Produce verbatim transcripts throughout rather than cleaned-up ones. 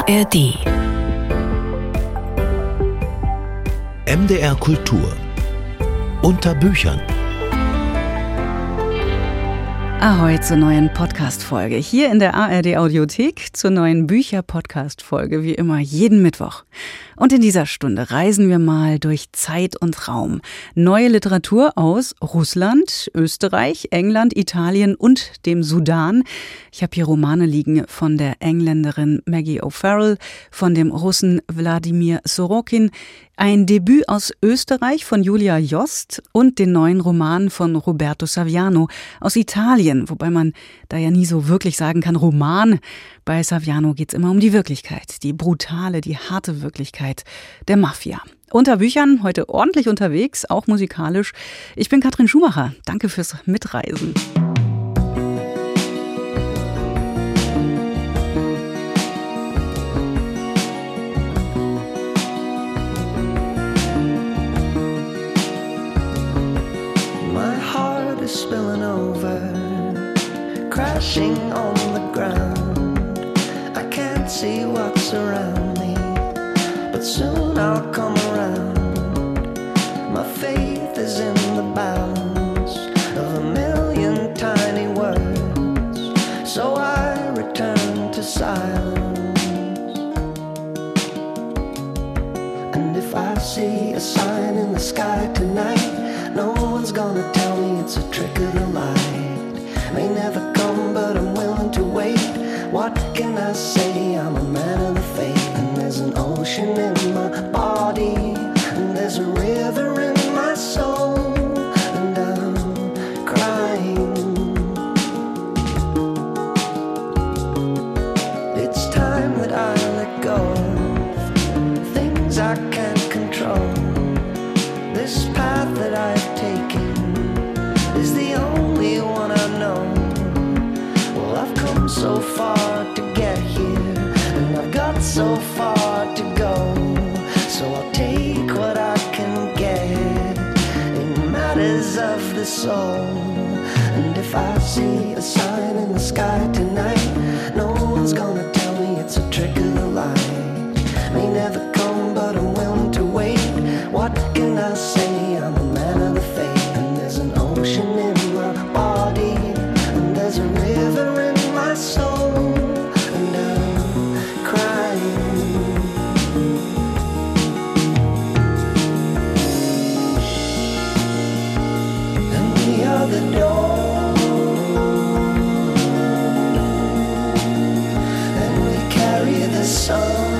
A R D M D R Kultur unter Büchern. Ahoi zur neuen Podcast-Folge. Hier in der A R D Audiothek zur neuen Bücher-Podcast-Folge, wie immer jeden Mittwoch. Und in dieser Stunde reisen wir mal durch Zeit und Raum. Neue Literatur aus Russland, Österreich, England, Italien und dem Sudan. Ich habe hier Romane liegen von der Engländerin Maggie O'Farrell, von dem Russen Wladimir Sorokin, ein Debüt aus Österreich von Julia Jost und den neuen Roman von Roberto Saviano aus Italien, wobei man da ja nie so wirklich sagen kann Roman. Bei Saviano geht's immer um die Wirklichkeit, die brutale, die harte Wirklichkeit der Mafia. Unter Büchern, heute ordentlich unterwegs, auch musikalisch. Ich bin Katrin Schumacher. Danke fürs Mitreisen. Spilling over, crashing on the ground. I can't see what's around me, but soon I'll come around. My faith is in the bounds of a million tiny words, so I return to silence. And if I see a sign in the sky tonight, no one's gonna tell me it's a trick of the light. May never come, but I'm willing to wait. What can I say? I'm a man of the faith. And there's an ocean in my body, and there's a river in my soul, and I'm crying. It's time that I let go of things I can't control. This path that I've taken is the only one I know. Well, I've come so far to get here, and I've got so far to go. So I'll take what I can get in matters of the soul. And if I see a sign in the sky tonight, no one's gonna tell me it's a trick of the light. May never come, but I'm willing to wait. What can I say? I'm a man of the faith. And there's an ocean in my body, and there's a river in my soul, and I'm crying. And we are the door, and we carry the sun.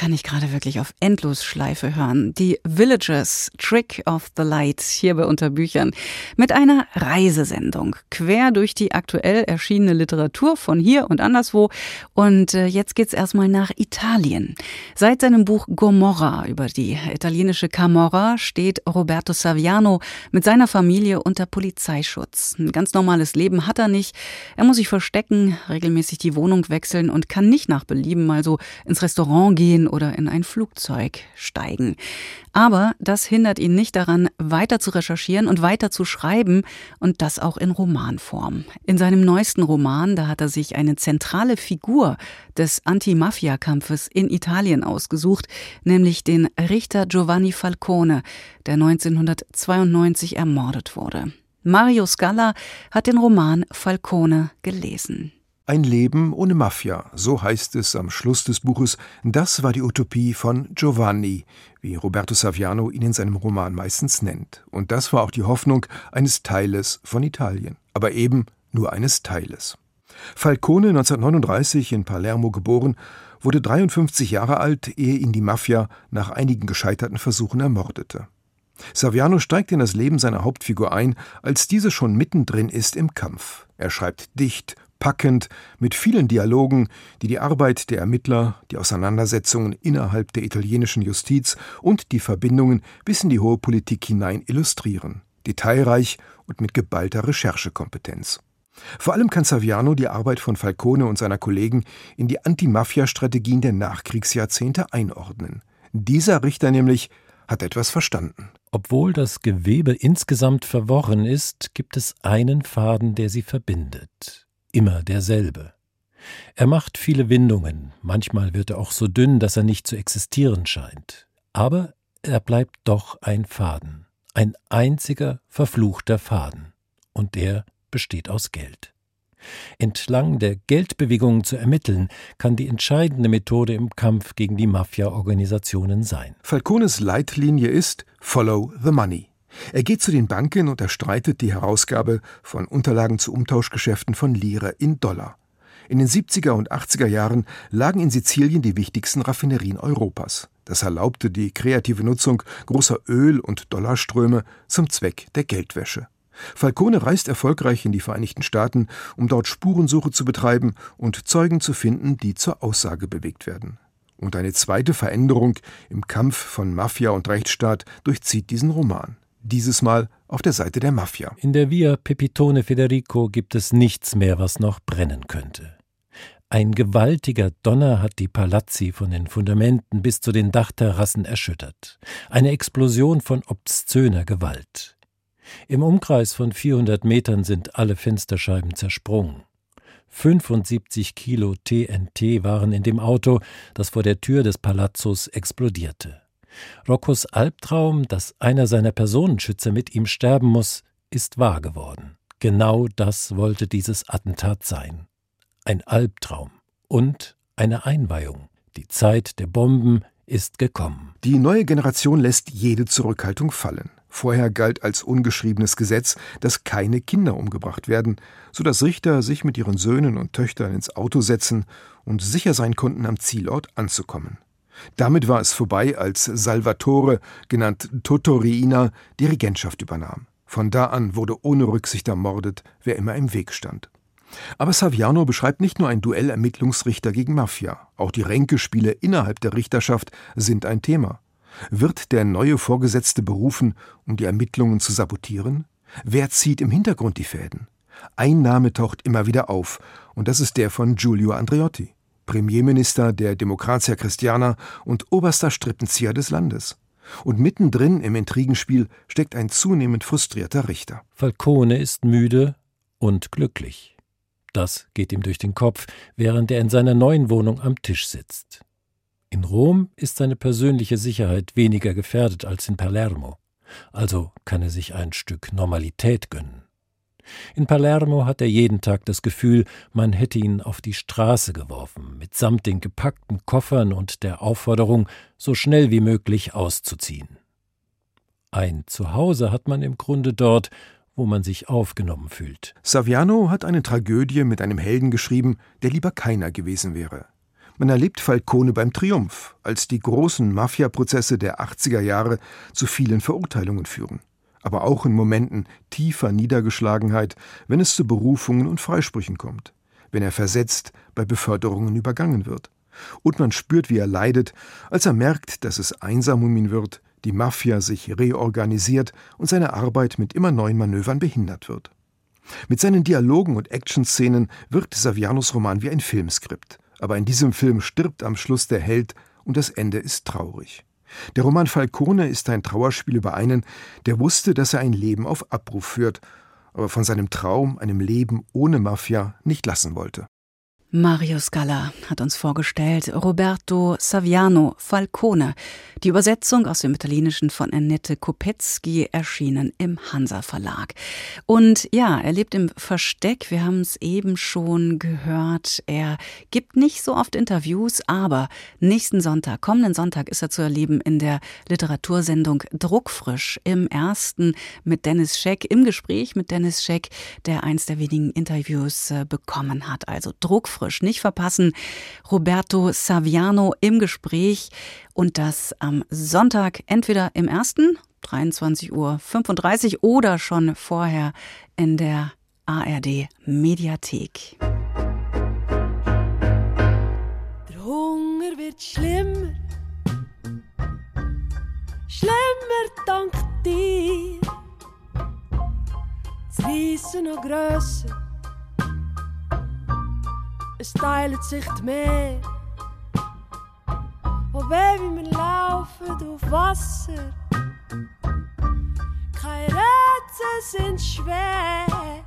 kann ich gerade wirklich auf Endlosschleife hören. Die Villagers, Trick of the Light, hier bei Unterbüchern. Mit einer Reisesendung, quer durch die aktuell erschienene Literatur von hier und anderswo. Und äh, jetzt geht's erstmal nach Italien. Seit seinem Buch Gomorra über die italienische Camorra steht Roberto Saviano mit seiner Familie unter Polizeischutz. Ein ganz normales Leben hat er nicht. Er muss sich verstecken, regelmäßig die Wohnung wechseln und kann nicht nach Belieben mal so ins Restaurant gehen oder in ein Flugzeug steigen. Aber das hindert ihn nicht daran, weiter zu recherchieren und weiter zu schreiben und das auch in Romanform. In seinem neuesten Roman, da hat er sich eine zentrale Figur des Anti-Mafia-Kampfes in Italien ausgesucht, nämlich den Richter Giovanni Falcone, der neunzehnhundertzweiundneunzig ermordet wurde. Mario Scala hat den Roman Falcone gelesen. Ein Leben ohne Mafia, so heißt es am Schluss des Buches. Das war die Utopie von Giovanni, wie Roberto Saviano ihn in seinem Roman meistens nennt. Und das war auch die Hoffnung eines Teiles von Italien, aber eben nur eines Teiles. Falcone, neunzehnhundertneununddreißig in Palermo geboren, wurde dreiundfünfzig Jahre alt, ehe ihn die Mafia nach einigen gescheiterten Versuchen ermordete. Saviano steigt in das Leben seiner Hauptfigur ein, als diese schon mittendrin ist im Kampf. Er schreibt dicht, packend, mit vielen Dialogen, die die Arbeit der Ermittler, die Auseinandersetzungen innerhalb der italienischen Justiz und die Verbindungen bis in die hohe Politik hinein illustrieren. Detailreich und mit geballter Recherchekompetenz. Vor allem kann Saviano die Arbeit von Falcone und seiner Kollegen in die Anti-Mafia-Strategien der Nachkriegsjahrzehnte einordnen. Dieser Richter nämlich hat etwas verstanden. Obwohl das Gewebe insgesamt verworren ist, gibt es einen Faden, der sie verbindet. Immer derselbe. Er macht viele Windungen, manchmal wird er auch so dünn, dass er nicht zu existieren scheint. Aber er bleibt doch ein Faden, ein einziger verfluchter Faden. Und der besteht aus Geld. Entlang der Geldbewegungen zu ermitteln, kann die entscheidende Methode im Kampf gegen die Mafia-Organisationen sein. Falcones Leitlinie ist Follow the Money. Er geht zu den Banken und erstreitet die Herausgabe von Unterlagen zu Umtauschgeschäften von Lire in Dollar. In den siebziger und achtziger Jahren lagen in Sizilien die wichtigsten Raffinerien Europas. Das erlaubte die kreative Nutzung großer Öl- und Dollarströme zum Zweck der Geldwäsche. Falcone reist erfolgreich in die Vereinigten Staaten, um dort Spurensuche zu betreiben und Zeugen zu finden, die zur Aussage bewegt werden. Und eine zweite Veränderung im Kampf von Mafia und Rechtsstaat durchzieht diesen Roman. Dieses Mal auf der Seite der Mafia. In der Via Pepitone Federico gibt es nichts mehr, was noch brennen könnte. Ein gewaltiger Donner hat die Palazzi von den Fundamenten bis zu den Dachterrassen erschüttert. Eine Explosion von obszöner Gewalt. Im Umkreis von vierhundert Metern sind alle Fensterscheiben zersprungen. fünfundsiebzig Kilo T N T waren in dem Auto, das vor der Tür des Palazzos explodierte. Roccos Albtraum, dass einer seiner Personenschützer mit ihm sterben muss, ist wahr geworden. Genau das wollte dieses Attentat sein. Ein Albtraum und eine Einweihung. Die Zeit der Bomben ist gekommen. Die neue Generation lässt jede Zurückhaltung fallen. Vorher galt als ungeschriebenes Gesetz, dass keine Kinder umgebracht werden, sodass Richter sich mit ihren Söhnen und Töchtern ins Auto setzen und sicher sein konnten, am Zielort anzukommen. Damit war es vorbei, als Salvatore, genannt Toto Riina, die Regentschaft übernahm. Von da an wurde ohne Rücksicht ermordet, wer immer im Weg stand. Aber Saviano beschreibt nicht nur ein Duell Ermittlungsrichter gegen Mafia. Auch die Ränkespiele innerhalb der Richterschaft sind ein Thema. Wird der neue Vorgesetzte berufen, um die Ermittlungen zu sabotieren? Wer zieht im Hintergrund die Fäden? Ein Name taucht immer wieder auf, und das ist der von Giulio Andreotti, Premierminister der Democrazia Cristiana und oberster Strippenzieher des Landes. Und mittendrin im Intrigenspiel steckt ein zunehmend frustrierter Richter. Falcone ist müde und glücklich. Das geht ihm durch den Kopf, während er in seiner neuen Wohnung am Tisch sitzt. In Rom ist seine persönliche Sicherheit weniger gefährdet als in Palermo, also kann er sich ein Stück Normalität gönnen. In Palermo hat er jeden Tag das Gefühl, man hätte ihn auf die Straße geworfen, mitsamt den gepackten Koffern und der Aufforderung, so schnell wie möglich auszuziehen. Ein Zuhause hat man im Grunde dort, wo man sich aufgenommen fühlt. Saviano hat eine Tragödie mit einem Helden geschrieben, der lieber keiner gewesen wäre. Man erlebt Falcone beim Triumph, als die großen Mafia-Prozesse der achtziger Jahre zu vielen Verurteilungen führen. Aber auch in Momenten tiefer Niedergeschlagenheit, wenn es zu Berufungen und Freisprüchen kommt, wenn er versetzt bei Beförderungen übergangen wird. Und man spürt, wie er leidet, als er merkt, dass es einsam um ihn wird, die Mafia sich reorganisiert und seine Arbeit mit immer neuen Manövern behindert wird. Mit seinen Dialogen und Actionszenen wirkt Savianos Roman wie ein Filmskript. Aber in diesem Film stirbt am Schluss der Held und das Ende ist traurig. Der Roman Falcone ist ein Trauerspiel über einen, der wusste, dass er ein Leben auf Abruf führt, aber von seinem Traum, einem Leben ohne Mafia, nicht lassen wollte. Mario Scala hat uns vorgestellt Roberto Saviano, Falcone. Die Übersetzung aus dem Italienischen von Annette Kopetzky, erschienen im Hansa Verlag. Und ja, er lebt im Versteck, wir haben es eben schon gehört. Er gibt nicht so oft Interviews, aber nächsten Sonntag, kommenden Sonntag ist er zu erleben in der Literatursendung Druckfrisch im Ersten mit Dennis Scheck, im Gespräch mit Dennis Scheck, der eins der wenigen Interviews äh, bekommen hat. Also Druckfrisch. Nicht verpassen. Roberto Saviano im Gespräch und das am Sonntag entweder im Ersten, dreiundzwanzig Uhr fünfunddreißig oder schon vorher in der A R D Mediathek. Der Hunger wird schlimmer, schlimmer dank dir. Das Reissen noch grösser, es teilt sich die Meer. Oh Baby, wir laufen auf Wasser. Keine Rätsel sind schwer.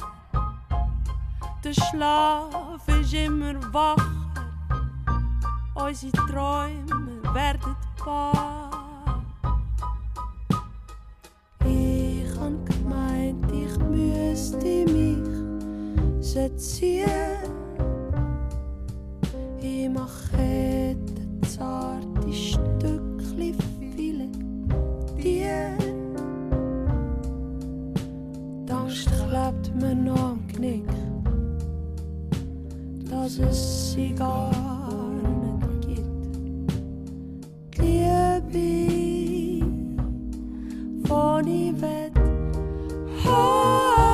Der Schlaf ist immer wacher. Unsere Träume werden wahr. Ich hab gemeint, ich müsste mich sezieren. Ich mache zarte Stückchen viele dir. Die Angst klebt mir noch am Knick, dass es sie gar nicht gibt. Die Liebe, von ich will, oh.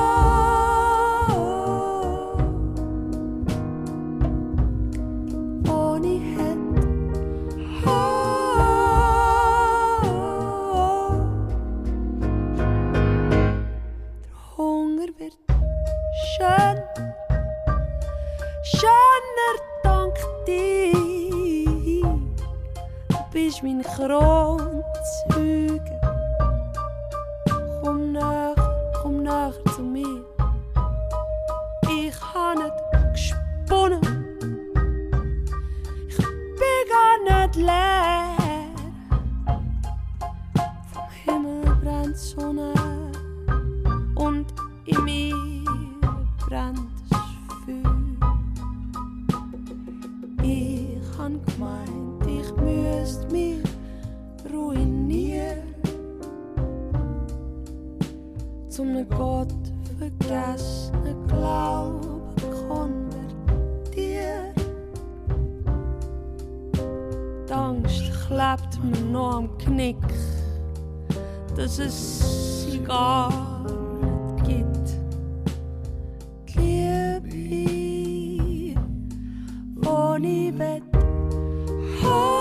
Mein Kronzeuge, komm näher, komm näher zu mir. Ich habe nicht gesponnen, ich bin gar nicht leer. Vom Himmel brennt die Sonne und in mir brennt das Feuer. Ich habe gemeint, ich müsste mich ruinieren, zum ne Gott vergessenen Glauben konvertieren. Die Angst klebt mir noch am Knick, dass es sie gar nicht gibt. Die Liebe, wo ich will, oh.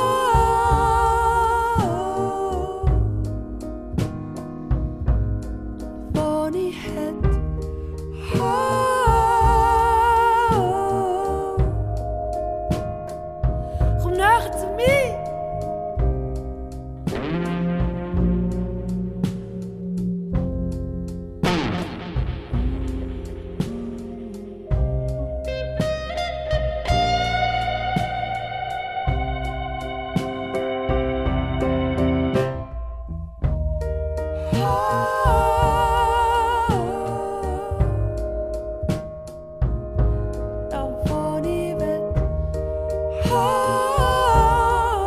Oh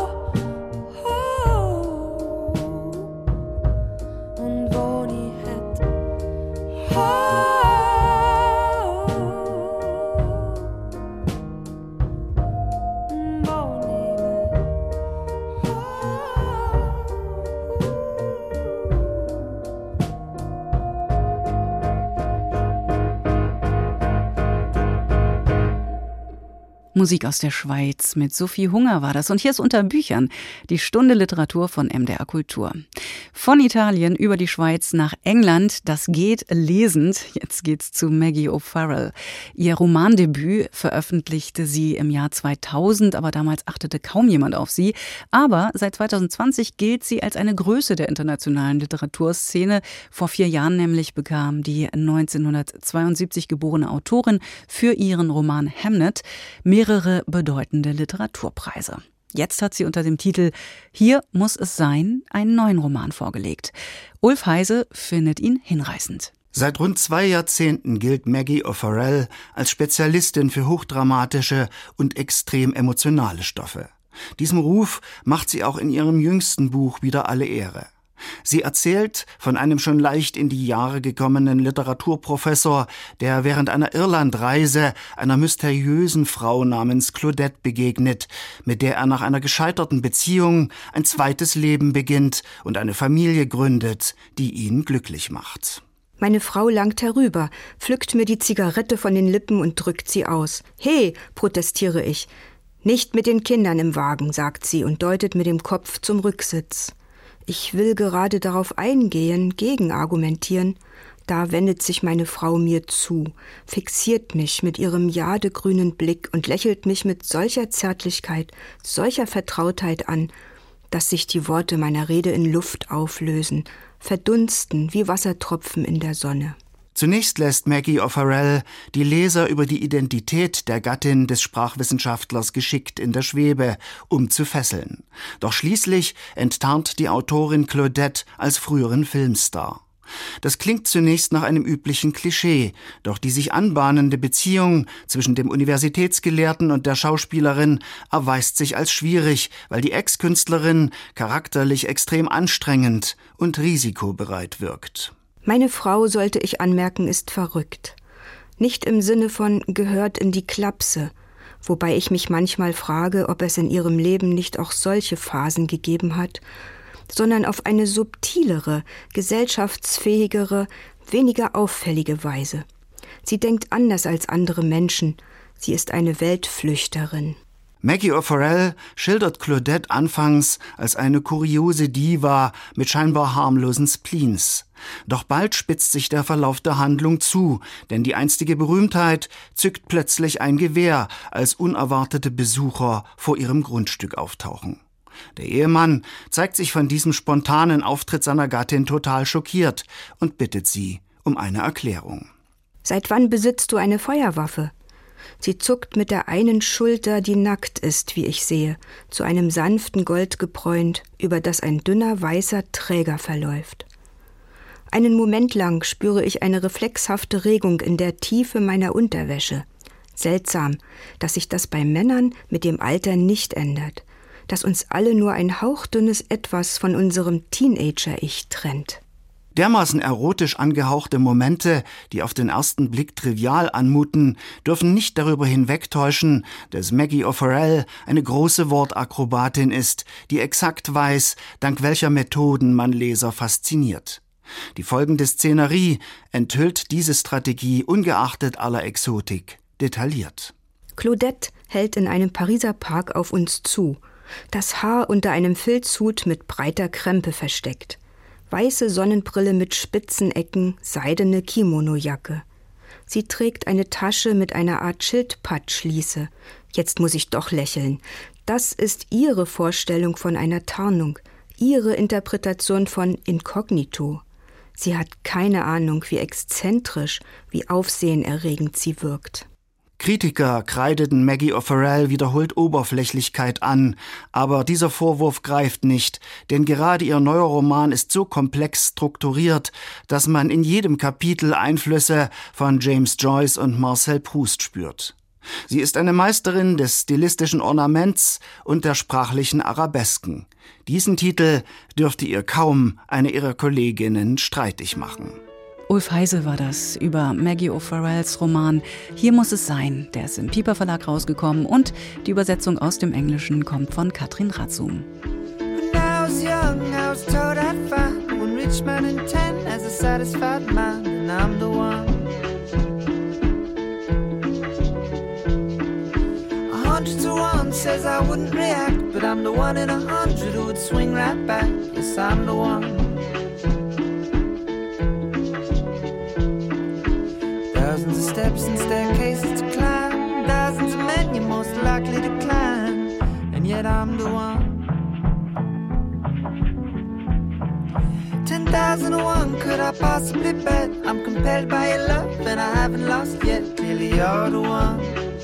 Musik aus der Schweiz. Mit Sophie Hunger war das. Und hier ist unter Büchern die Stunde Literatur von M D R Kultur. Von Italien über die Schweiz nach England. Das geht lesend. Jetzt geht's zu Maggie O'Farrell. Ihr Romandebüt veröffentlichte sie im Jahr zweitausend, aber damals achtete kaum jemand auf sie. Aber seit zweitausendzwanzig gilt sie als eine Größe der internationalen Literaturszene. Vor vier Jahren nämlich bekam die neunzehnhundertzweiundsiebzig geborene Autorin für ihren Roman Hamnet mehrere bedeutende Literaturpreise. Jetzt hat sie unter dem Titel »Hier muss es sein« einen neuen Roman vorgelegt. Ulf Heise findet ihn hinreißend. Seit rund zwei Jahrzehnten gilt Maggie O'Farrell als Spezialistin für hochdramatische und extrem emotionale Stoffe. Diesem Ruf macht sie auch in ihrem jüngsten Buch wieder alle Ehre. Sie erzählt von einem schon leicht in die Jahre gekommenen Literaturprofessor, der während einer Irlandreise einer mysteriösen Frau namens Claudette begegnet, mit der er nach einer gescheiterten Beziehung ein zweites Leben beginnt und eine Familie gründet, die ihn glücklich macht. Meine Frau langt herüber, pflückt mir die Zigarette von den Lippen und drückt sie aus. »He«, protestiere ich. »Nicht mit den Kindern im Wagen«, sagt sie und deutet mit dem Kopf zum Rücksitz. Ich will gerade darauf eingehen, gegenargumentieren. Da wendet sich meine Frau mir zu, fixiert mich mit ihrem jadegrünen Blick und lächelt mich mit solcher Zärtlichkeit, solcher Vertrautheit an, dass sich die Worte meiner Rede in Luft auflösen, verdunsten wie Wassertropfen in der Sonne. Zunächst lässt Maggie O'Farrell die Leser über die Identität der Gattin des Sprachwissenschaftlers geschickt in der Schwebe, um zu fesseln. Doch schließlich enttarnt die Autorin Claudette als früheren Filmstar. Das klingt zunächst nach einem üblichen Klischee, doch die sich anbahnende Beziehung zwischen dem Universitätsgelehrten und der Schauspielerin erweist sich als schwierig, weil die Ex-Künstlerin charakterlich extrem anstrengend und risikobereit wirkt. Meine Frau, sollte ich anmerken, ist verrückt. Nicht im Sinne von gehört in die Klapse, wobei ich mich manchmal frage, ob es in ihrem Leben nicht auch solche Phasen gegeben hat, sondern auf eine subtilere, gesellschaftsfähigere, weniger auffällige Weise. Sie denkt anders als andere Menschen. Sie ist eine Weltflüchterin. Maggie O'Farrell schildert Claudette anfangs als eine kuriose Diva mit scheinbar harmlosen Spleens. Doch bald spitzt sich der Verlauf der Handlung zu, denn die einstige Berühmtheit zückt plötzlich ein Gewehr, als unerwartete Besucher vor ihrem Grundstück auftauchen. Der Ehemann zeigt sich von diesem spontanen Auftritt seiner Gattin total schockiert und bittet sie um eine Erklärung. »Seit wann besitzt du eine Feuerwaffe?« Sie zuckt mit der einen Schulter, die nackt ist, wie ich sehe, zu einem sanften Gold gebräunt, über das ein dünner weißer Träger verläuft. Einen Moment lang spüre ich eine reflexhafte Regung in der Tiefe meiner Unterwäsche. Seltsam, dass sich das bei Männern mit dem Alter nicht ändert, dass uns alle nur ein hauchdünnes Etwas von unserem Teenager-Ich trennt. Dermaßen erotisch angehauchte Momente, die auf den ersten Blick trivial anmuten, dürfen nicht darüber hinwegtäuschen, dass Maggie O'Farrell eine große Wortakrobatin ist, die exakt weiß, dank welcher Methoden man Leser fasziniert. Die folgende Szenerie enthüllt diese Strategie ungeachtet aller Exotik detailliert. Claudette hält in einem Pariser Park auf uns zu, das Haar unter einem Filzhut mit breiter Krempe versteckt. Weiße Sonnenbrille mit spitzen Ecken, seidene Kimonojacke. Sie trägt eine Tasche mit einer Art Schildpattschließe. Jetzt muss ich doch lächeln. Das ist ihre Vorstellung von einer Tarnung, ihre Interpretation von Inkognito. Sie hat keine Ahnung, wie exzentrisch, wie aufsehenerregend sie wirkt. Kritiker kreideten Maggie O'Farrell wiederholt Oberflächlichkeit an, aber dieser Vorwurf greift nicht, denn gerade ihr neuer Roman ist so komplex strukturiert, dass man in jedem Kapitel Einflüsse von James Joyce und Marcel Proust spürt. Sie ist eine Meisterin des stilistischen Ornaments und der sprachlichen Arabesken. Diesen Titel dürfte ihr kaum eine ihrer Kolleginnen streitig machen. Ulf Heise war das über Maggie O'Farrells Roman »Hier muss es sein«. Der ist im Piper Verlag rausgekommen und die Übersetzung aus dem Englischen kommt von Katrin Ratzum. says I wouldn't react, but I'm the one in a hundred who would swing right back. Yes, I'm the one. Thousands of steps and staircases to climb, thousands of men you're most likely to climb, and yet I'm the one. Ten thousand and one, could I possibly bet? I'm compelled by your love and I haven't lost yet. Clearly you're the one.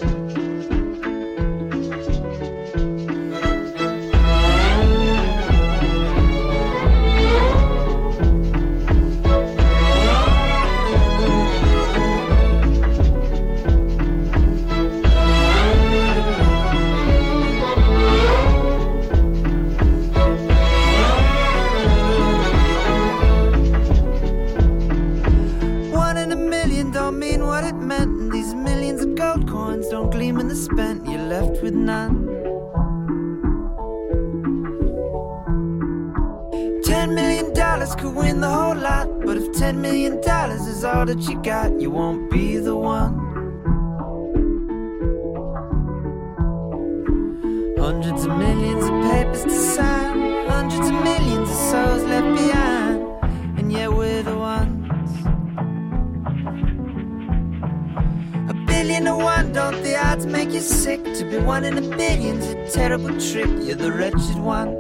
Spent, you're left with none. Ten million dollars could win the whole lot, but if ten million dollars is all that you got, you won't be the one. Hundreds of millions of papers to sign, hundreds of millions of souls left behind, and yet we're the ones. Billion to one, don't the odds make you sick? To be one in a billion's a terrible trick. You're the wretched one.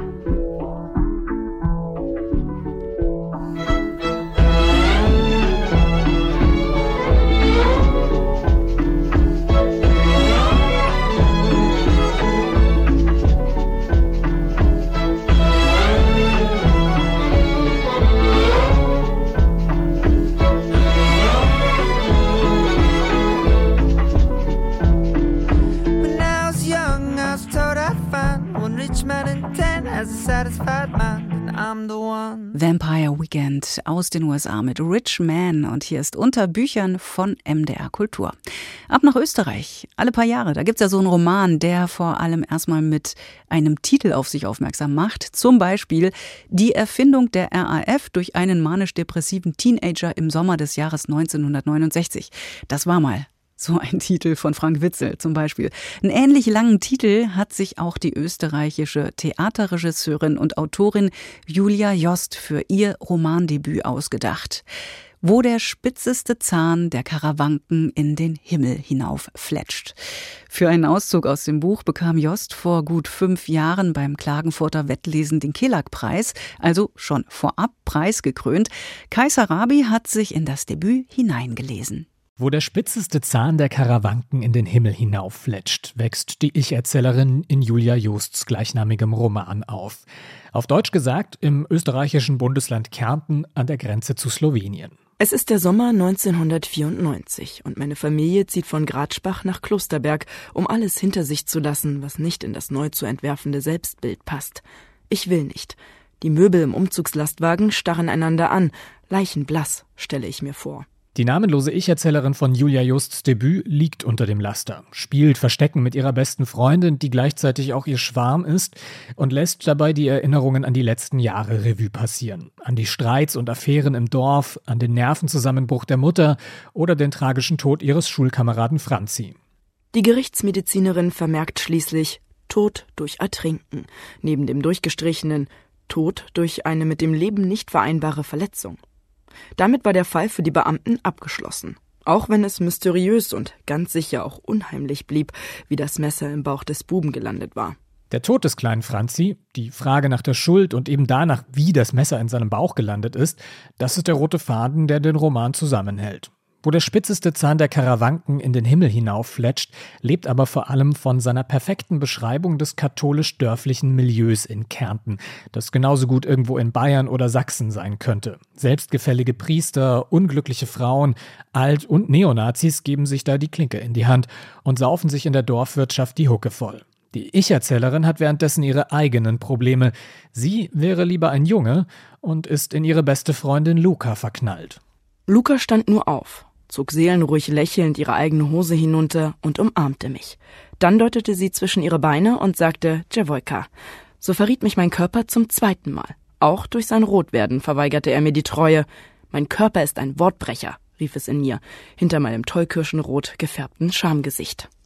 Vampire Weekend aus den U S A mit Rich Man und hier ist Unter Büchern von M D R Kultur. Ab nach Österreich, alle paar Jahre, da gibt's ja so einen Roman, der vor allem erstmal mit einem Titel auf sich aufmerksam macht, zum Beispiel Die Erfindung der R A F durch einen manisch-depressiven Teenager im Sommer des Jahres neunzehnhundertneunundsechzig. Das war mal so ein Titel von Frank Witzel zum Beispiel. Einen ähnlich langen Titel hat sich auch die österreichische Theaterregisseurin und Autorin Julia Jost für ihr Romandebüt ausgedacht. Wo der spitzeste Zahn der Karawanken in den Himmel hinauf fletscht. Für einen Auszug aus dem Buch bekam Jost vor gut fünf Jahren beim Klagenfurter Wettlesen den Kelag-Preis, also schon vorab preisgekrönt. Kaiser Rabi hat sich in das Debüt hineingelesen. Wo der spitzeste Zahn der Karawanken in den Himmel hinauffletscht, wächst die Ich-Erzählerin in Julia Josts gleichnamigem Roman auf. Auf Deutsch gesagt, im österreichischen Bundesland Kärnten an der Grenze zu Slowenien. Es ist der Sommer neunzehnhundertvierundneunzig und meine Familie zieht von Gratschbach nach Klosterberg, um alles hinter sich zu lassen, was nicht in das neu zu entwerfende Selbstbild passt. Ich will nicht. Die Möbel im Umzugslastwagen starren einander an. Leichenblass, stelle ich mir vor. Die namenlose Ich-Erzählerin von Julia Josts Debüt liegt unter dem Laster, spielt Verstecken mit ihrer besten Freundin, die gleichzeitig auch ihr Schwarm ist, und lässt dabei die Erinnerungen an die letzten Jahre Revue passieren. An die Streits und Affären im Dorf, an den Nervenzusammenbruch der Mutter oder den tragischen Tod ihres Schulkameraden Franzi. Die Gerichtsmedizinerin vermerkt schließlich Tod durch Ertrinken, neben dem durchgestrichenen Tod durch eine mit dem Leben nicht vereinbare Verletzung. Damit war der Fall für die Beamten abgeschlossen. Auch wenn es mysteriös und ganz sicher auch unheimlich blieb, wie das Messer im Bauch des Buben gelandet war. Der Tod des kleinen Franzi, die Frage nach der Schuld und eben danach, wie das Messer in seinem Bauch gelandet ist, das ist der rote Faden, der den Roman zusammenhält. Wo der spitzeste Zahn der Karawanken in den Himmel hinauffletscht, lebt aber vor allem von seiner perfekten Beschreibung des katholisch-dörflichen Milieus in Kärnten, das genauso gut irgendwo in Bayern oder Sachsen sein könnte. Selbstgefällige Priester, unglückliche Frauen, Alt- und Neonazis geben sich da die Klinke in die Hand und saufen sich in der Dorfwirtschaft die Hucke voll. Die Ich-Erzählerin hat währenddessen ihre eigenen Probleme. Sie wäre lieber ein Junge und ist in ihre beste Freundin Luca verknallt. Luca stand nur auf, zog seelenruhig lächelnd ihre eigene Hose hinunter und umarmte mich. Dann deutete sie zwischen ihre Beine und sagte Djevojka. So verriet mich mein Körper zum zweiten Mal. Auch durch sein Rotwerden verweigerte er mir die Treue. Mein Körper ist ein Wortbrecher, rief es in mir, hinter meinem tollkirschenrot gefärbten Schamgesicht.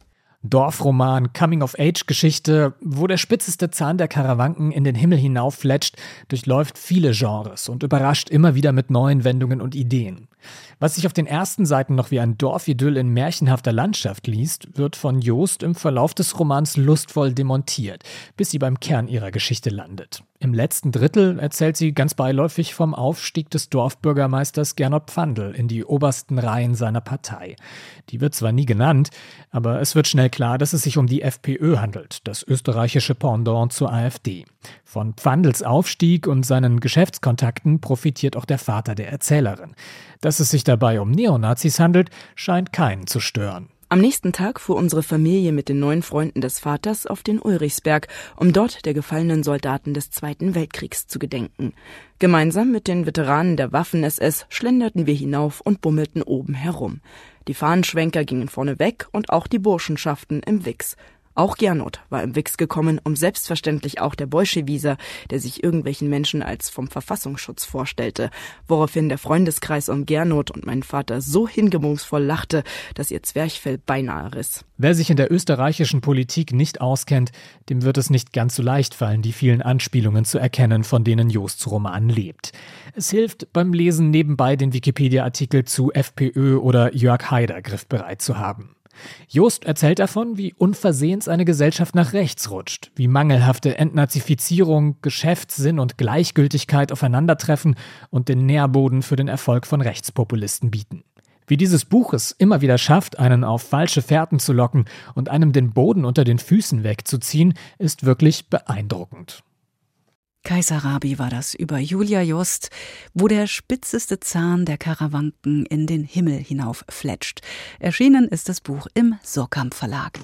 Dorfroman, Coming-of-Age-Geschichte, wo der spitzeste Zahn der Karawanken in den Himmel hinauffletscht, durchläuft viele Genres und überrascht immer wieder mit neuen Wendungen und Ideen. Was sich auf den ersten Seiten noch wie ein Dorfidyll in märchenhafter Landschaft liest, wird von Joost im Verlauf des Romans lustvoll demontiert, bis sie beim Kern ihrer Geschichte landet. Im letzten Drittel erzählt sie ganz beiläufig vom Aufstieg des Dorfbürgermeisters Gernot Pfandl in die obersten Reihen seiner Partei. Die wird zwar nie genannt, aber es wird schnell klar, dass es sich um die FPÖ handelt, das österreichische Pendant zur AfD. Von Pfandls Aufstieg und seinen Geschäftskontakten profitiert auch der Vater der Erzählerin. Dass es sich dabei um Neonazis handelt, scheint keinen zu stören. Am nächsten Tag fuhr unsere Familie mit den neuen Freunden des Vaters auf den Ulrichsberg, um dort der gefallenen Soldaten des Zweiten Weltkriegs zu gedenken. Gemeinsam mit den Veteranen der Waffen-S S schlenderten wir hinauf und bummelten oben herum. Die Fahnenschwenker gingen vorne weg und auch die Burschenschaften im Wichs. Auch Gernot war im Wichs gekommen, um selbstverständlich auch der Bolschewiser, der sich irgendwelchen Menschen als vom Verfassungsschutz vorstellte, woraufhin der Freundeskreis um Gernot und meinen Vater so hingebungsvoll lachte, dass ihr Zwerchfell beinahe riss. Wer sich in der österreichischen Politik nicht auskennt, dem wird es nicht ganz so leicht fallen, die vielen Anspielungen zu erkennen, von denen Joosts Roman lebt. Es hilft beim Lesen nebenbei, den Wikipedia-Artikel zu FPÖ oder Jörg Haider griffbereit zu haben. Joost erzählt davon, wie unversehens eine Gesellschaft nach rechts rutscht, wie mangelhafte Entnazifizierung, Geschäftssinn und Gleichgültigkeit aufeinandertreffen und den Nährboden für den Erfolg von Rechtspopulisten bieten. Wie dieses Buch es immer wieder schafft, einen auf falsche Fährten zu locken und einem den Boden unter den Füßen wegzuziehen, ist wirklich beeindruckend. Kaiser Rabi war das über Julia Jost, wo der spitzeste Zahn der Karawanken in den Himmel hinauf fletscht. Erschienen ist das Buch im Surkamp Verlag.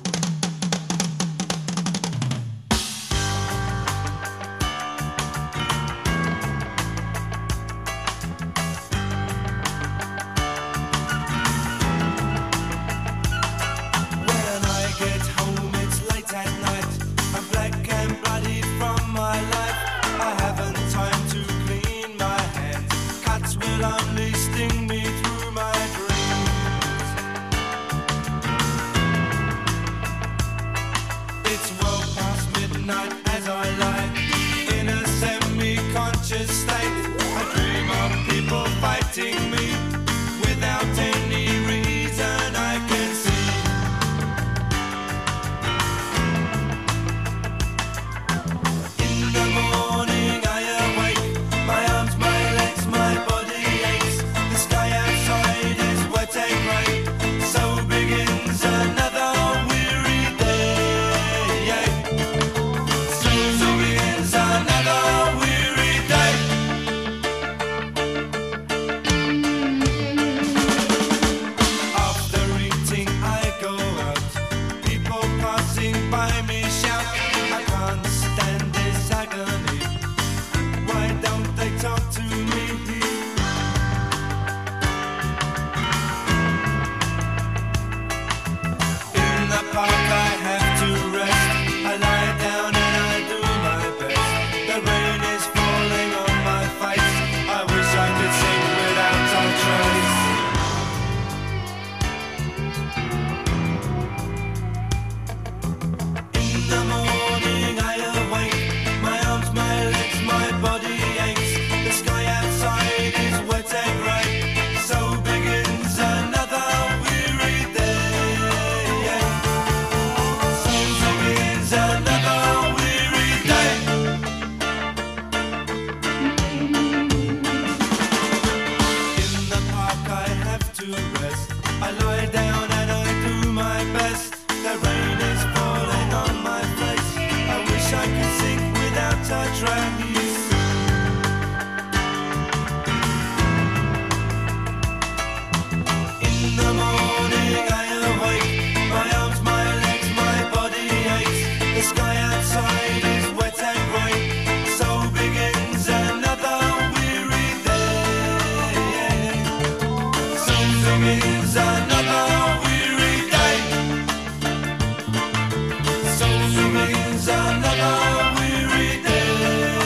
So begins another weary day.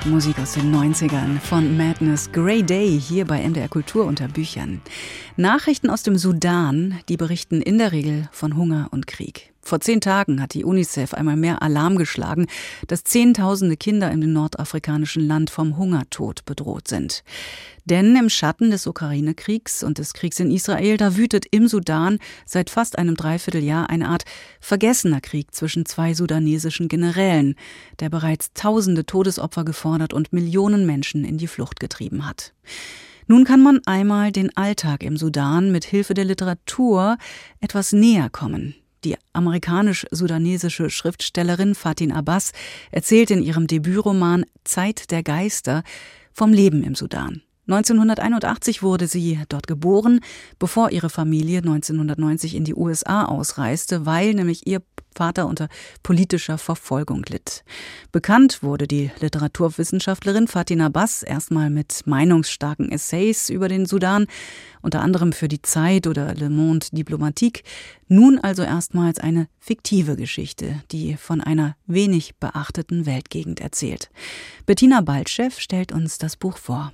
Musik aus den neunzigern von Madness, Grey Day, hier bei M D R Kultur unter Büchern. Nachrichten aus dem Sudan, die berichten in der Regel von Hunger und Krieg. Vor zehn Tagen hat die UNICEF einmal mehr Alarm geschlagen, dass Zehntausende Kinder in dem nordafrikanischen Land vom Hungertod bedroht sind. Denn im Schatten des Ukraine-Kriegs und des Kriegs in Israel, da wütet im Sudan seit fast einem Dreivierteljahr eine Art vergessener Krieg zwischen zwei sudanesischen Generälen, der bereits tausende Todesopfer gefordert und Millionen Menschen in die Flucht getrieben hat. Nun kann man einmal den Alltag im Sudan mit Hilfe der Literatur etwas näher kommen. Die amerikanisch-sudanesische Schriftstellerin Fatin Abbas erzählt in ihrem Debütroman Zeit der Geister vom Leben im Sudan. neunzehnhunderteinundachtzig wurde sie dort geboren, bevor ihre Familie neunzehnhundertneunzig in die U S A ausreiste, weil nämlich ihr Vater unter politischer Verfolgung litt. Bekannt wurde die Literaturwissenschaftlerin Fatin Abbas erstmal mit meinungsstarken Essays über den Sudan, unter anderem für die Zeit oder Le Monde Diplomatique, nun also erstmals eine fiktive Geschichte, die von einer wenig beachteten Weltgegend erzählt. Bettina Baltschew stellt uns das Buch vor.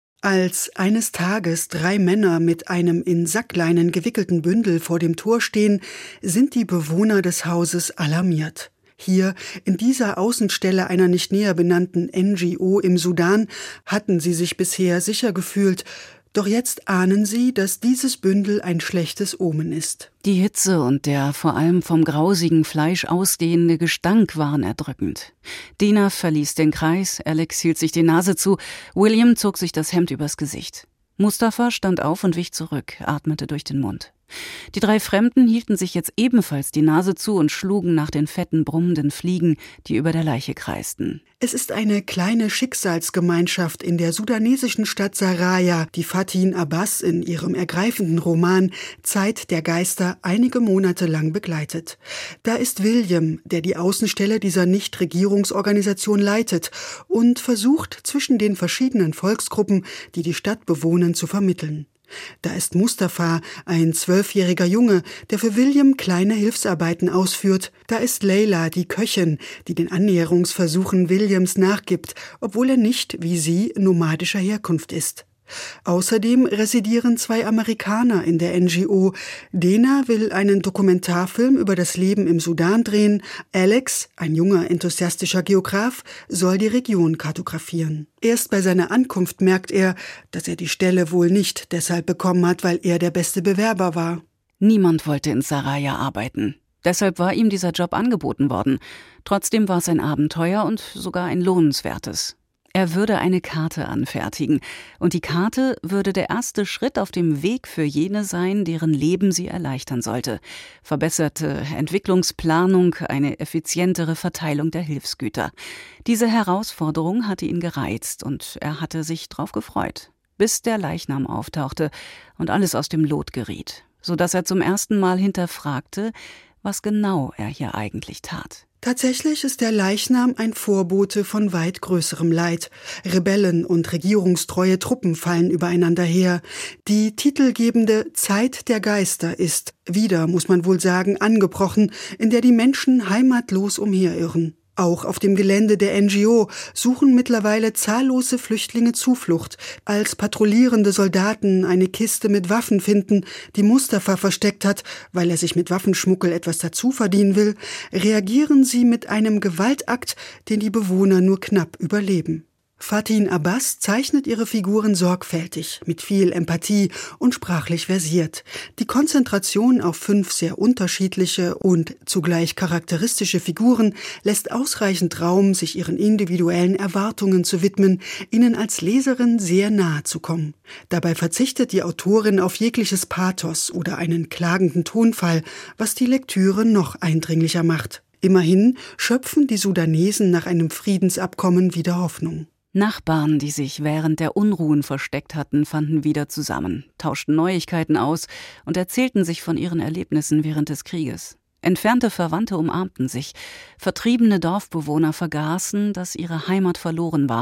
Als eines Tages drei Männer mit einem in Sackleinen gewickelten Bündel vor dem Tor stehen, sind die Bewohner des Hauses alarmiert. Hier, in dieser Außenstelle einer nicht näher benannten N G O im Sudan, hatten sie sich bisher sicher gefühlt. Doch jetzt ahnen sie, dass dieses Bündel ein schlechtes Omen ist. Die Hitze und der vor allem vom grausigen Fleisch ausgehende Gestank waren erdrückend. Dina verließ den Kreis, Alex hielt sich die Nase zu, William zog sich das Hemd übers Gesicht. Mustafa stand auf und wich zurück, atmete durch den Mund. Die drei Fremden hielten sich jetzt ebenfalls die Nase zu und schlugen nach den fetten, brummenden Fliegen, die über der Leiche kreisten. Es ist eine kleine Schicksalsgemeinschaft in der sudanesischen Stadt Saraya, die Fatin Abbas in ihrem ergreifenden Roman Zeit der Geister einige Monate lang begleitet. Da ist William, der die Außenstelle dieser Nichtregierungsorganisation leitet und versucht, zwischen den verschiedenen Volksgruppen, die die Stadt bewohnen, zu vermitteln. Da ist Mustafa, ein zwölfjähriger Junge, der für William kleine Hilfsarbeiten ausführt. Da ist Leila, die Köchin, die den Annäherungsversuchen Williams nachgibt, obwohl er nicht, wie sie, nomadischer Herkunft ist. Außerdem residieren zwei Amerikaner in der N G O. Dena will einen Dokumentarfilm über das Leben im Sudan drehen. Alex, ein junger, enthusiastischer Geograf, soll die Region kartografieren. Erst bei seiner Ankunft merkt er, dass er die Stelle wohl nicht deshalb bekommen hat, weil er der beste Bewerber war. Niemand wollte in Saraya arbeiten. Deshalb war ihm dieser Job angeboten worden. Trotzdem war es ein Abenteuer und sogar ein lohnenswertes. Er würde eine Karte anfertigen, und die Karte würde der erste Schritt auf dem Weg für jene sein, deren Leben sie erleichtern sollte. Verbesserte Entwicklungsplanung, eine effizientere Verteilung der Hilfsgüter. Diese Herausforderung hatte ihn gereizt und er hatte sich drauf gefreut, bis der Leichnam auftauchte und alles aus dem Lot geriet, sodass er zum ersten Mal hinterfragte, was genau er hier eigentlich tat. Tatsächlich ist der Leichnam ein Vorbote von weit größerem Leid. Rebellen und regierungstreue Truppen fallen übereinander her. Die titelgebende Zeit der Geister ist, wieder muss man wohl sagen, angebrochen, in der die Menschen heimatlos umherirren. Auch auf dem Gelände der N G O suchen mittlerweile zahllose Flüchtlinge Zuflucht. Als patrouillierende Soldaten eine Kiste mit Waffen finden, die Mustafa versteckt hat, weil er sich mit Waffenschmuggel etwas dazu verdienen will, reagieren sie mit einem Gewaltakt, den die Bewohner nur knapp überleben. Fatin Abbas zeichnet ihre Figuren sorgfältig, mit viel Empathie und sprachlich versiert. Die Konzentration auf fünf sehr unterschiedliche und zugleich charakteristische Figuren lässt ausreichend Raum, sich ihren individuellen Erwartungen zu widmen, ihnen als Leserin sehr nahe zu kommen. Dabei verzichtet die Autorin auf jegliches Pathos oder einen klagenden Tonfall, was die Lektüre noch eindringlicher macht. Immerhin schöpfen die Sudanesen nach einem Friedensabkommen wieder Hoffnung. Nachbarn, die sich während der Unruhen versteckt hatten, fanden wieder zusammen, tauschten Neuigkeiten aus und erzählten sich von ihren Erlebnissen während des Krieges. Entfernte Verwandte umarmten sich, vertriebene Dorfbewohner vergaßen, dass ihre Heimat verloren war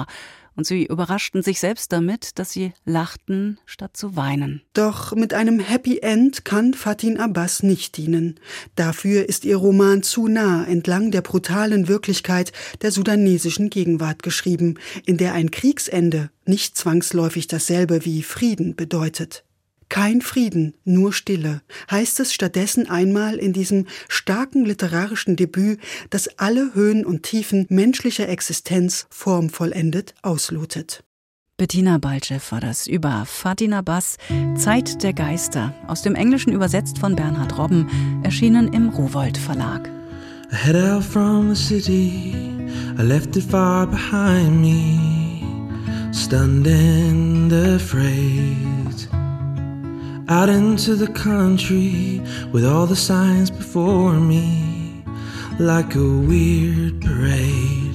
Und sie überraschten sich selbst damit, dass sie lachten, statt zu weinen. Doch mit einem Happy End kann Fatin Abbas nicht dienen. Dafür ist ihr Roman zu nah entlang der brutalen Wirklichkeit der sudanesischen Gegenwart geschrieben, in der ein Kriegsende nicht zwangsläufig dasselbe wie Frieden bedeutet. Kein Frieden, nur Stille, heißt es stattdessen einmal in diesem starken literarischen Debüt, das alle Höhen und Tiefen menschlicher Existenz formvollendet auslotet. Bettina Baltschew war das über Fatin Abbas, Zeit der Geister, aus dem Englischen übersetzt von Bernhard Robben, erschienen im Rowohlt Verlag. I head out from the city, I left it far behind me, stunned and afraid. Out into the country with all the signs before me, like a weird parade.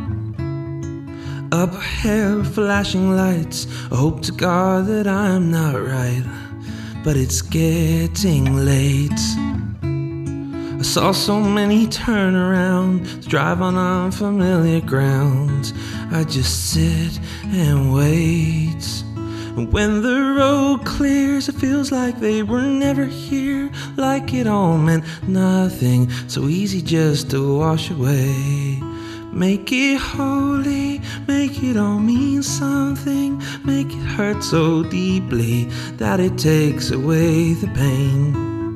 Up ahead, flashing lights, I hope to God that I'm not right, but it's getting late. I saw so many turnarounds, drive on unfamiliar ground. I just sit and wait. And when the road clears, it feels like they were never here, like it all meant nothing, so easy just to wash away. Make it holy, make it all mean something, make it hurt so deeply that it takes away the pain.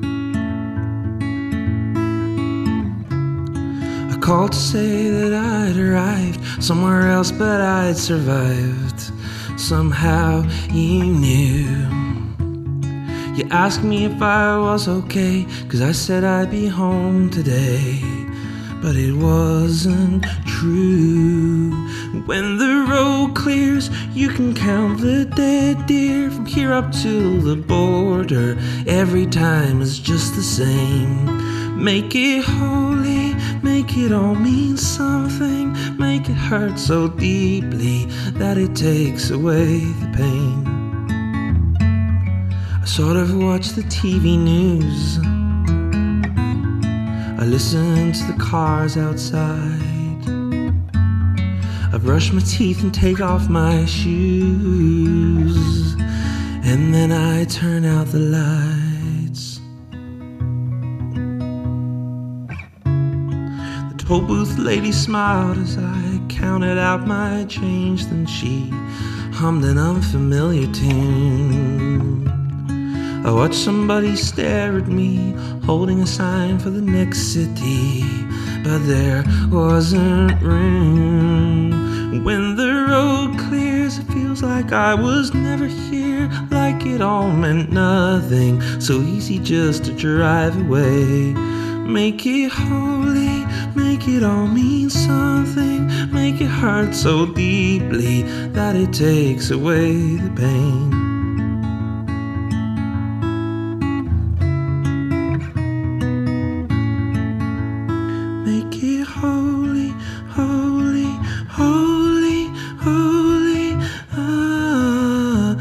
I called to say that I'd arrived somewhere else, but I'd survived. Somehow you knew. You asked me if I was okay, 'cause I said I'd be home today, but it wasn't true. When the road clears, you can count the dead deer from here up to the border. Every time is just the same. Make it holy, make it all mean something, make it hurt so deeply that it takes away the pain. I sort of watch the T V news, I listen to the cars outside, I brush my teeth and take off my shoes, and then I turn out the lights. Toll booth lady smiled as I counted out my change. Then she hummed an unfamiliar tune. I watched somebody stare at me, holding a sign for the next city, but there wasn't room. When the road clears, it feels like I was never here, like it all meant nothing, so easy just to drive away. Make it holy, make it all mean something, make it hurt so deeply that it takes away the pain. Make it holy, holy, holy, holy, ah,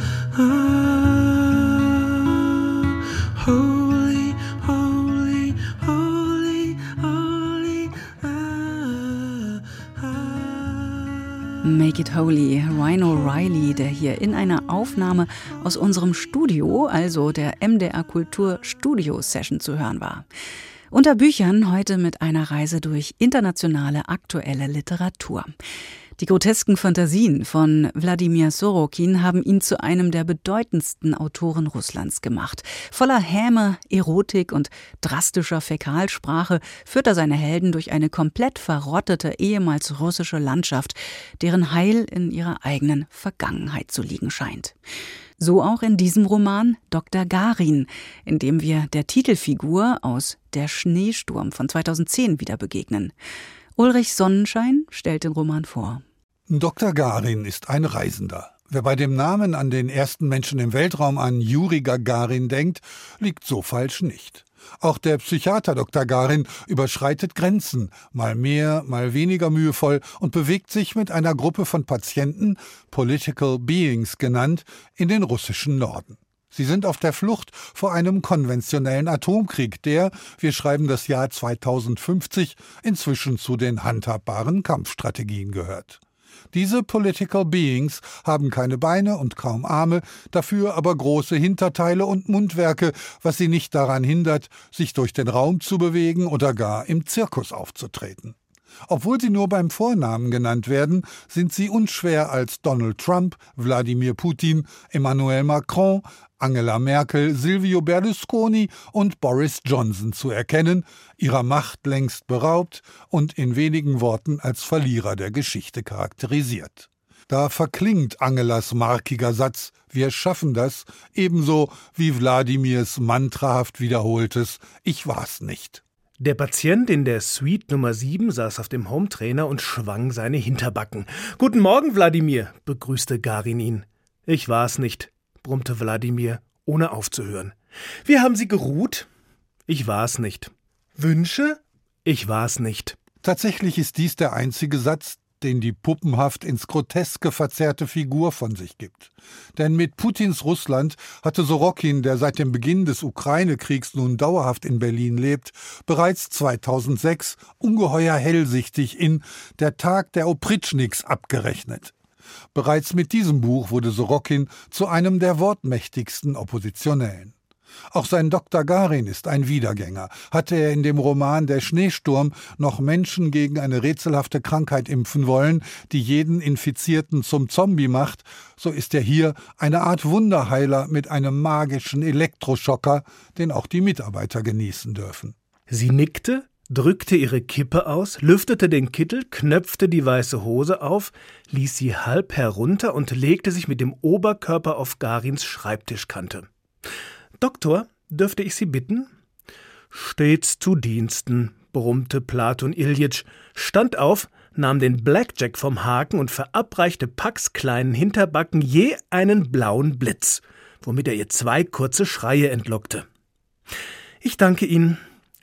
ah, holy, holy, holy, holy, ah, ah. Make It Holy, Ryan O'Reilly, der hier in einer Aufnahme aus unserem Studio, also der M D R Kultur Studio Session, zu hören war. Unter Büchern heute mit einer Reise durch internationale aktuelle Literatur. Die grotesken Fantasien von Wladimir Sorokin haben ihn zu einem der bedeutendsten Autoren Russlands gemacht. Voller Häme, Erotik und drastischer Fäkalsprache führt er seine Helden durch eine komplett verrottete ehemals russische Landschaft, deren Heil in ihrer eigenen Vergangenheit zu liegen scheint. So auch in diesem Roman Doktor Garin, in dem wir der Titelfigur aus Der Schneesturm von zweitausendzehn wieder begegnen. Ulrich Sonnenschein stellt den Roman vor. Doktor Garin ist ein Reisender. Wer bei dem Namen an den ersten Menschen im Weltraum, an Juri Gagarin, denkt, liegt so falsch nicht. Auch der Psychiater Doktor Garin überschreitet Grenzen, mal mehr, mal weniger mühevoll, und bewegt sich mit einer Gruppe von Patienten, Political Beings genannt, in den russischen Norden. Sie sind auf der Flucht vor einem konventionellen Atomkrieg, der, wir schreiben das Jahr zweitausendfünfzig, inzwischen zu den handhabbaren Kampfstrategien gehört. Diese Political Beings haben keine Beine und kaum Arme, dafür aber große Hinterteile und Mundwerke, was sie nicht daran hindert, sich durch den Raum zu bewegen oder gar im Zirkus aufzutreten. Obwohl sie nur beim Vornamen genannt werden, sind sie unschwer als Donald Trump, Wladimir Putin, Emmanuel Macron, Angela Merkel, Silvio Berlusconi und Boris Johnson zu erkennen, ihrer Macht längst beraubt und in wenigen Worten als Verlierer der Geschichte charakterisiert. Da verklingt Angelas markiger Satz »Wir schaffen das« ebenso wie Wladimirs mantrahaft wiederholtes »Ich war's nicht«. Der Patient in der Suite Nummer sieben saß auf dem Hometrainer und schwang seine Hinterbacken. »Guten Morgen, Wladimir«, begrüßte Garin ihn. »Ich war's nicht«, brummte Wladimir, ohne aufzuhören. »Wie haben Sie geruht?« »Ich war's nicht.« »Wünsche?« »Ich war's nicht.« Tatsächlich ist dies der einzige Satz, den die puppenhaft ins Groteske verzerrte Figur von sich gibt. Denn mit Putins Russland hatte Sorokin, der seit dem Beginn des Ukraine-Kriegs nun dauerhaft in Berlin lebt, bereits zweitausendsechs ungeheuer hellsichtig in »Der Tag der Opritschniks« abgerechnet. Bereits mit diesem Buch wurde Sorokin zu einem der wortmächtigsten Oppositionellen. Auch sein Doktor Garin ist ein Wiedergänger. Hatte er in dem Roman »Der Schneesturm« noch Menschen gegen eine rätselhafte Krankheit impfen wollen, die jeden Infizierten zum Zombie macht, so ist er hier eine Art Wunderheiler mit einem magischen Elektroschocker, den auch die Mitarbeiter genießen dürfen. Sie nickte, drückte ihre Kippe aus, lüftete den Kittel, knöpfte die weiße Hose auf, ließ sie halb herunter und legte sich mit dem Oberkörper auf Garins Schreibtischkante. »Doktor, dürfte ich Sie bitten?« »Stets zu Diensten«, brummte Platon Iljitsch, stand auf, nahm den Blackjack vom Haken und verabreichte Pax kleinen Hinterbacken je einen blauen Blitz, womit er ihr zwei kurze Schreie entlockte. »Ich danke Ihnen.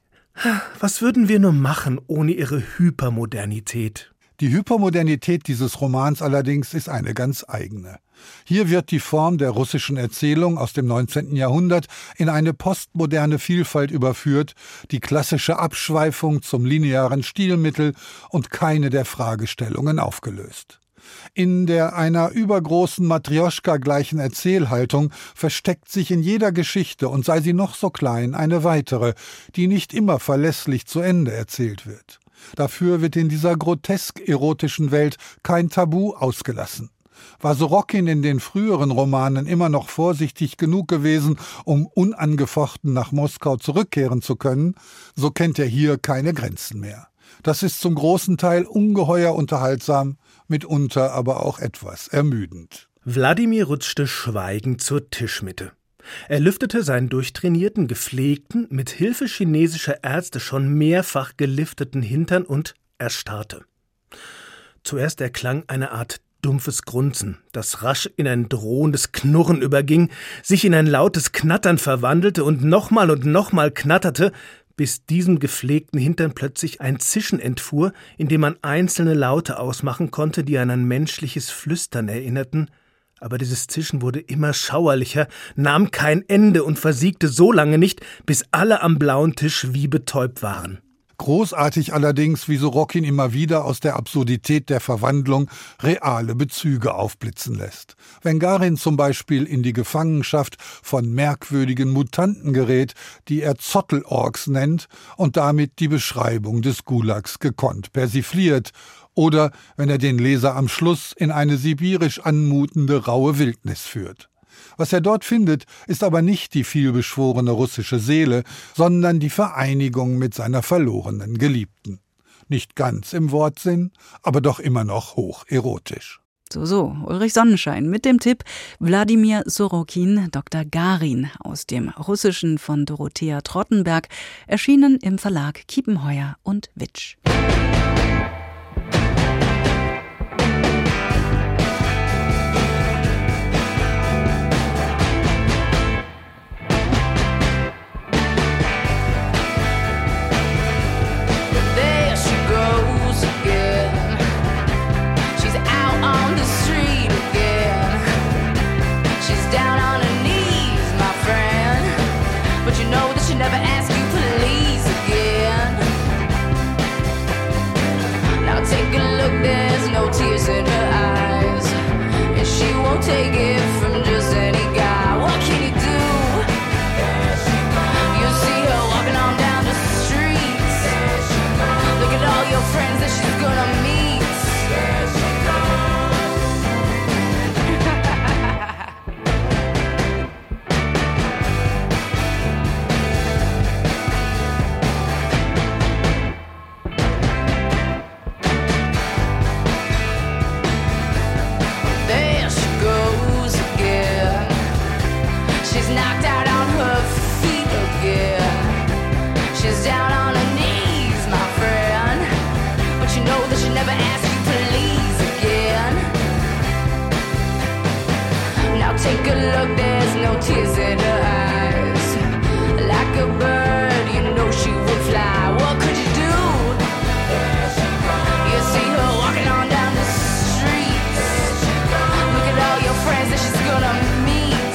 Was würden wir nur machen ohne Ihre Hypermodernität?« Die Hypermodernität dieses Romans allerdings ist eine ganz eigene. Hier wird die Form der russischen Erzählung aus dem neunzehnten Jahrhundert in eine postmoderne Vielfalt überführt, die klassische Abschweifung zum linearen Stilmittel und keine der Fragestellungen aufgelöst. In der einer übergroßen Matrjoschka-gleichen Erzählhaltung versteckt sich in jeder Geschichte, und sei sie noch so klein, eine weitere, die nicht immer verlässlich zu Ende erzählt wird. Dafür wird in dieser grotesk-erotischen Welt kein Tabu ausgelassen. War Sorokin in den früheren Romanen immer noch vorsichtig genug gewesen, um unangefochten nach Moskau zurückkehren zu können, so kennt er hier keine Grenzen mehr. Das ist zum großen Teil ungeheuer unterhaltsam, mitunter aber auch etwas ermüdend. Wladimir rutschte schweigend zur Tischmitte. Er lüftete seinen durchtrainierten, gepflegten, mit Hilfe chinesischer Ärzte schon mehrfach gelifteten Hintern und erstarrte. Zuerst erklang eine Art dumpfes Grunzen, das rasch in ein drohendes Knurren überging, sich in ein lautes Knattern verwandelte und nochmal und nochmal knatterte, bis diesem gepflegten Hintern plötzlich ein Zischen entfuhr, in dem man einzelne Laute ausmachen konnte, die an ein menschliches Flüstern erinnerten, aber dieses Zischen wurde immer schauerlicher, nahm kein Ende und versiegte so lange nicht, bis alle am blauen Tisch wie betäubt waren. Großartig allerdings, wie Sorokin immer wieder aus der Absurdität der Verwandlung reale Bezüge aufblitzen lässt. Wenn Garin zum Beispiel in die Gefangenschaft von merkwürdigen Mutanten gerät, die er Zottelorks nennt und damit die Beschreibung des Gulags gekonnt persifliert, oder wenn er den Leser am Schluss in eine sibirisch anmutende raue Wildnis führt. Was er dort findet, ist aber nicht die vielbeschworene russische Seele, sondern die Vereinigung mit seiner verlorenen Geliebten. Nicht ganz im Wortsinn, aber doch immer noch hoch erotisch. So, so, Ulrich Sonnenschein mit dem Tipp Wladimir Sorokin, Doktor Garin aus dem Russischen von Dorothea Trottenberg, erschienen im Verlag Kiepenheuer und Witsch. There's no tears in her take it from just any guy. What can you do? You see her walking on down the streets. Look at all your friends that she's gonna meet. Take a look, there's no tears in her eyes. Like a bird, you know she would fly. What could you do? You see her walking on down the streets. Look at all your friends that she's gonna meet.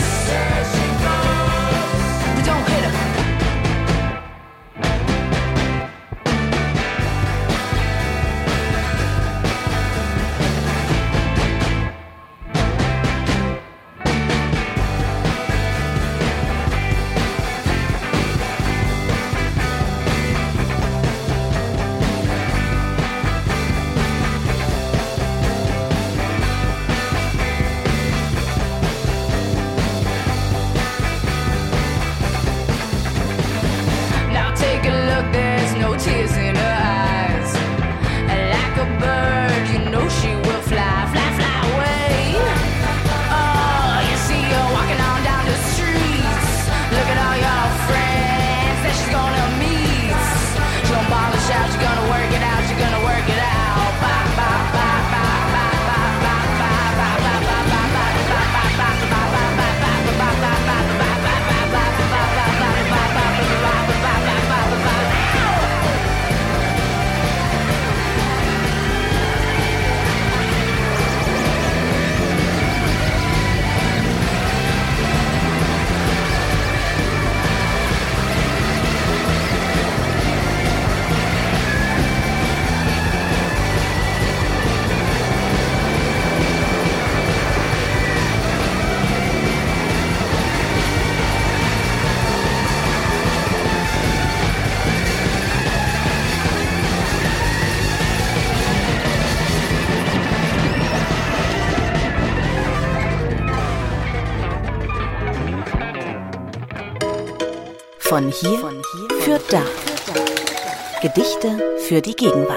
But don't hit her. Von hier, für da. Gedichte für die Gegenwart.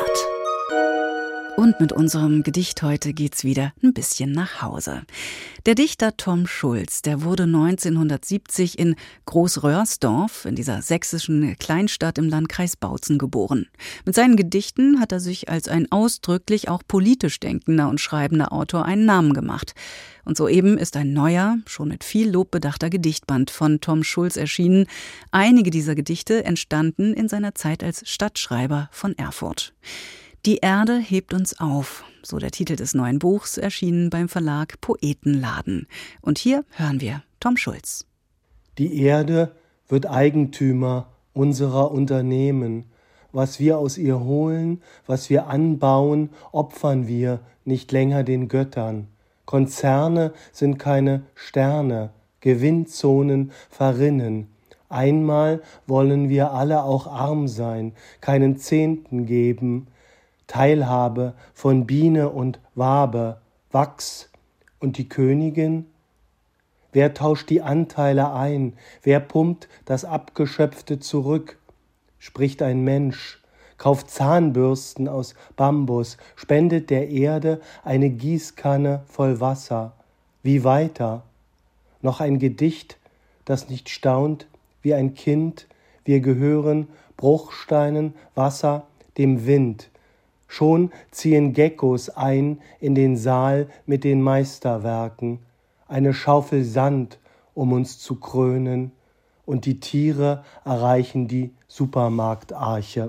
Und mit unserem Gedicht heute geht's wieder ein bisschen nach Hause. Der Dichter Tom Schulz, der wurde neunzehnhundertsiebzig in Großröhrsdorf, in dieser sächsischen Kleinstadt im Landkreis Bautzen, geboren. Mit seinen Gedichten hat er sich als ein ausdrücklich auch politisch denkender und schreibender Autor einen Namen gemacht. Und soeben ist ein neuer, schon mit viel Lob bedachter Gedichtband von Tom Schulz erschienen. Einige dieser Gedichte entstanden in seiner Zeit als Stadtschreiber von Erfurt. Die Erde hebt uns auf, so der Titel des neuen Buchs, erschienen beim Verlag Poetenladen. Und hier hören wir Tom Schulz. Die Erde wird Eigentümer unserer Unternehmen. Was wir aus ihr holen, was wir anbauen, opfern wir nicht länger den Göttern. Konzerne sind keine Sterne, Gewinnzonen verrinnen. Einmal wollen wir alle auch arm sein, keinen Zehnten geben, Teilhabe von Biene und Wabe, Wachs und die Königin? Wer tauscht die Anteile ein? Wer pumpt das Abgeschöpfte zurück? Spricht ein Mensch, kauft Zahnbürsten aus Bambus, spendet der Erde eine Gießkanne voll Wasser. Wie weiter? Noch ein Gedicht, das nicht staunt wie ein Kind. Wir gehören Bruchsteinen, Wasser, dem Wind. Schon ziehen Geckos ein in den Saal mit den Meisterwerken, eine Schaufel Sand, um uns zu krönen, und die Tiere erreichen die Supermarktarche.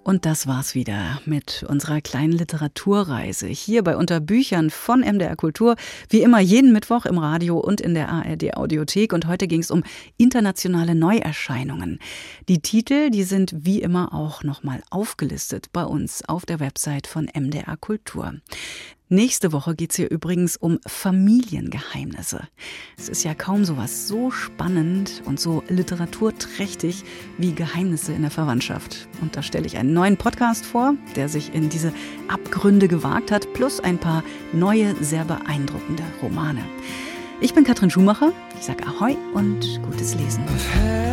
Und das war's wieder mit unserer kleinen Literaturreise hier bei Unter Büchern von M D R Kultur. Wie immer jeden Mittwoch im Radio und in der A R D Audiothek. Und heute ging es um internationale Neuerscheinungen. Die Titel, die sind wie immer auch nochmal aufgelistet bei uns auf der Website von M D R Kultur. Nächste Woche geht es hier übrigens um Familiengeheimnisse. Es ist ja kaum sowas so spannend und so literaturträchtig wie Geheimnisse in der Verwandtschaft. Und da stelle ich einen neuen Podcast vor, der sich in diese Abgründe gewagt hat, plus ein paar neue, sehr beeindruckende Romane. Ich bin Katrin Schumacher, ich sage Ahoi und gutes Lesen.